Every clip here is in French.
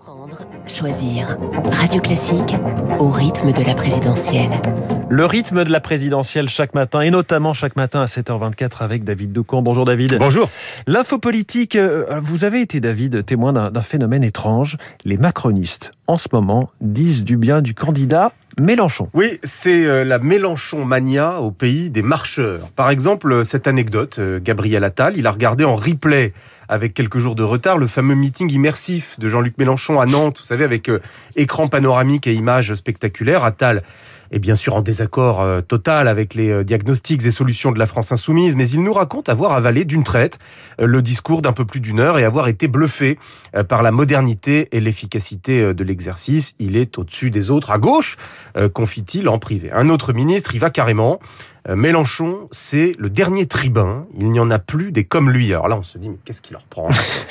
Prendre, choisir. Radio Classique, au rythme de la présidentielle. Le rythme de la présidentielle chaque matin, et notamment chaque matin à 7h24 avec David Doucan. Bonjour David. Bonjour. L'info politique, vous avez été, David, témoin d'un phénomène étrange. Les macronistes, en ce moment, disent du bien du candidat Mélenchon. Oui, c'est la Mélenchon mania au pays des marcheurs. Par exemple, cette anecdote, Gabriel Attal, il a regardé en replay avec quelques jours de retard le fameux meeting immersif de Jean-Luc Mélenchon à Nantes, vous savez, avec écran panoramique et images spectaculaires. Attal est bien sûr en désaccord total avec les diagnostics et solutions de la France insoumise, mais il nous raconte avoir avalé d'une traite le discours d'un peu plus d'une heure et avoir été bluffé par la modernité et l'efficacité de l'exercice. Il est au-dessus des autres. À gauche, confie-t-il en privé. Un autre ministre, il va carrément. Mélenchon, c'est le dernier tribun. Il n'y en a plus des comme lui. Alors là, on se dit, mais qu'est-ce qu'il leur prend ?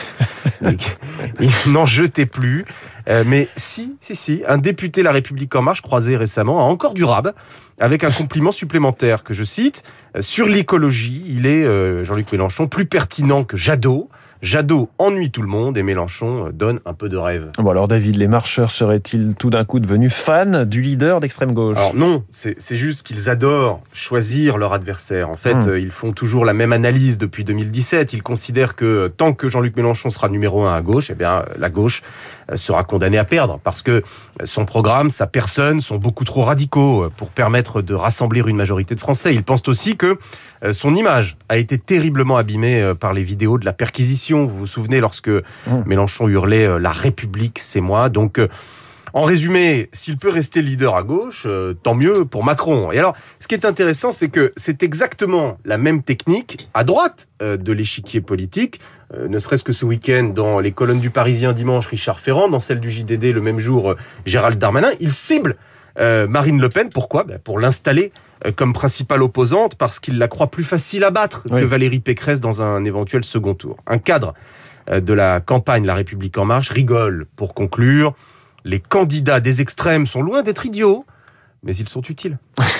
Il n'en jetait plus. Mais si, un député La République En Marche, croisé récemment, a encore du rab, avec un compliment supplémentaire que je cite. Sur l'écologie, il est, Jean-Luc Mélenchon, plus pertinent que Jadot. Jadot ennuie tout le monde et Mélenchon donne un peu de rêve. Bon alors David, les marcheurs seraient-ils tout d'un coup devenus fans du leader d'extrême gauche ? Alors non, c'est juste qu'ils adorent choisir leur adversaire. En fait, ils font toujours la même analyse depuis 2017. Ils considèrent que tant que Jean-Luc Mélenchon sera numéro 1 à gauche, eh bien la gauche sera condamnée à perdre parce que son programme, sa personne sont beaucoup trop radicaux pour permettre de rassembler une majorité de Français. Ils pensent aussi que son image a été terriblement abîmée par les vidéos de la perquisition. Vous vous souvenez lorsque Mélenchon hurlait « La République, c'est moi ». Donc, en résumé, s'il peut rester leader à gauche, tant mieux pour Macron. Et alors, ce qui est intéressant, c'est que c'est exactement la même technique à droite de l'échiquier politique. Ne serait-ce que ce week-end, dans les colonnes du Parisien dimanche, Richard Ferrand, dans celle du JDD le même jour, Gérald Darmanin, il cible Marine Le Pen. Pourquoi ? Pour l'installer comme principale opposante, parce qu'il la croit plus facile à battre que Valérie Pécresse dans un éventuel second tour. Un cadre de la campagne La République En Marche rigole pour conclure. Les candidats des extrêmes sont loin d'être idiots, mais ils sont utiles.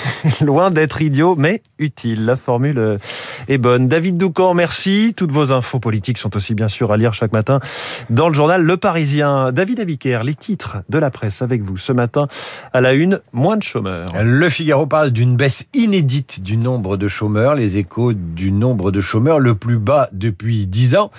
Loin d'être idiots, mais utiles. La formule est bonne. David Doucan, merci. Toutes vos infos politiques sont aussi bien sûr à lire chaque matin dans le journal Le Parisien. David Abiker, les titres de la presse avec vous ce matin à la une, moins de chômeurs. Le Figaro parle d'une baisse inédite du nombre de chômeurs. Les Échos du nombre de chômeurs le plus bas depuis 10 ans.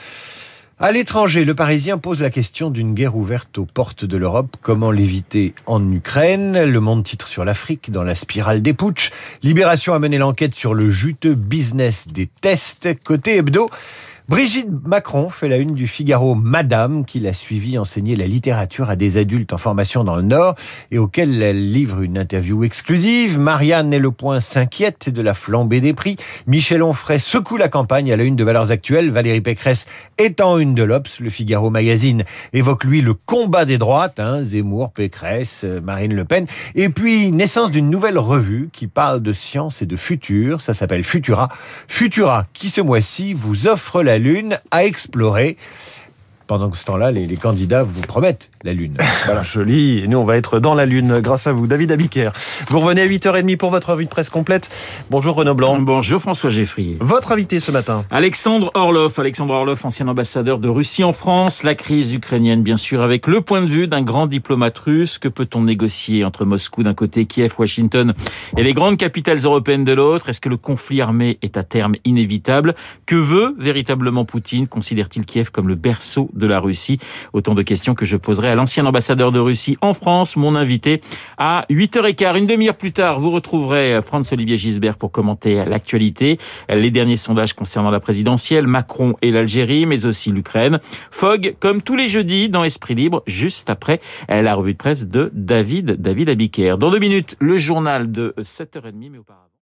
À l'étranger, le Parisien pose la question d'une guerre ouverte aux portes de l'Europe. Comment l'éviter en Ukraine ? Le Monde titre sur l'Afrique dans la spirale des putschs. Libération a mené l'enquête sur le juteux business des tests. Côté hebdo, Brigitte Macron fait la une du Figaro Madame, qui l'a suivi enseigner la littérature à des adultes en formation dans le Nord et auquel elle livre une interview exclusive. Marianne et Le Point s'inquiètent de la flambée des prix. Michel Onfray secoue la campagne à la une de Valeurs Actuelles. Valérie Pécresse est en une de l'Obs. Le Figaro Magazine évoque lui le combat des droites, Zemmour, Pécresse, Marine Le Pen. Et puis naissance d'une nouvelle revue qui parle de science et de futur. Ça s'appelle Futura. Futura qui ce mois-ci vous offre la Lune à explorer. Pendant que ce temps-là, les candidats vous promettent la Lune. Voilà, joli. Et nous, on va être dans la Lune grâce à vous. David Abiker. Vous revenez à 8h30 pour votre revue de presse complète. Bonjour Renaud Blanc. Bonjour François Geffrier. Votre invité ce matin. Alexandre Orlov, ancien ambassadeur de Russie en France. La crise ukrainienne, bien sûr, avec le point de vue d'un grand diplomate russe. Que peut-on négocier entre Moscou d'un côté, Kiev, Washington et les grandes capitales européennes de l'autre ? Est-ce que le conflit armé est à terme inévitable ? Que veut véritablement Poutine ? Considère-t-il Kiev comme le berceau de la Russie? Autant de questions que je poserai à l'ancien ambassadeur de Russie en France, mon invité, à 8h15. Une demi-heure plus tard, vous retrouverez Franz-Olivier Gisbert pour commenter l'actualité, les derniers sondages concernant la présidentielle, Macron et l'Algérie, mais aussi l'Ukraine. Fogg, comme tous les jeudis, dans Esprit Libre, juste après la revue de presse de David Abiker. Dans 2 minutes, le journal de 7h30, mais auparavant.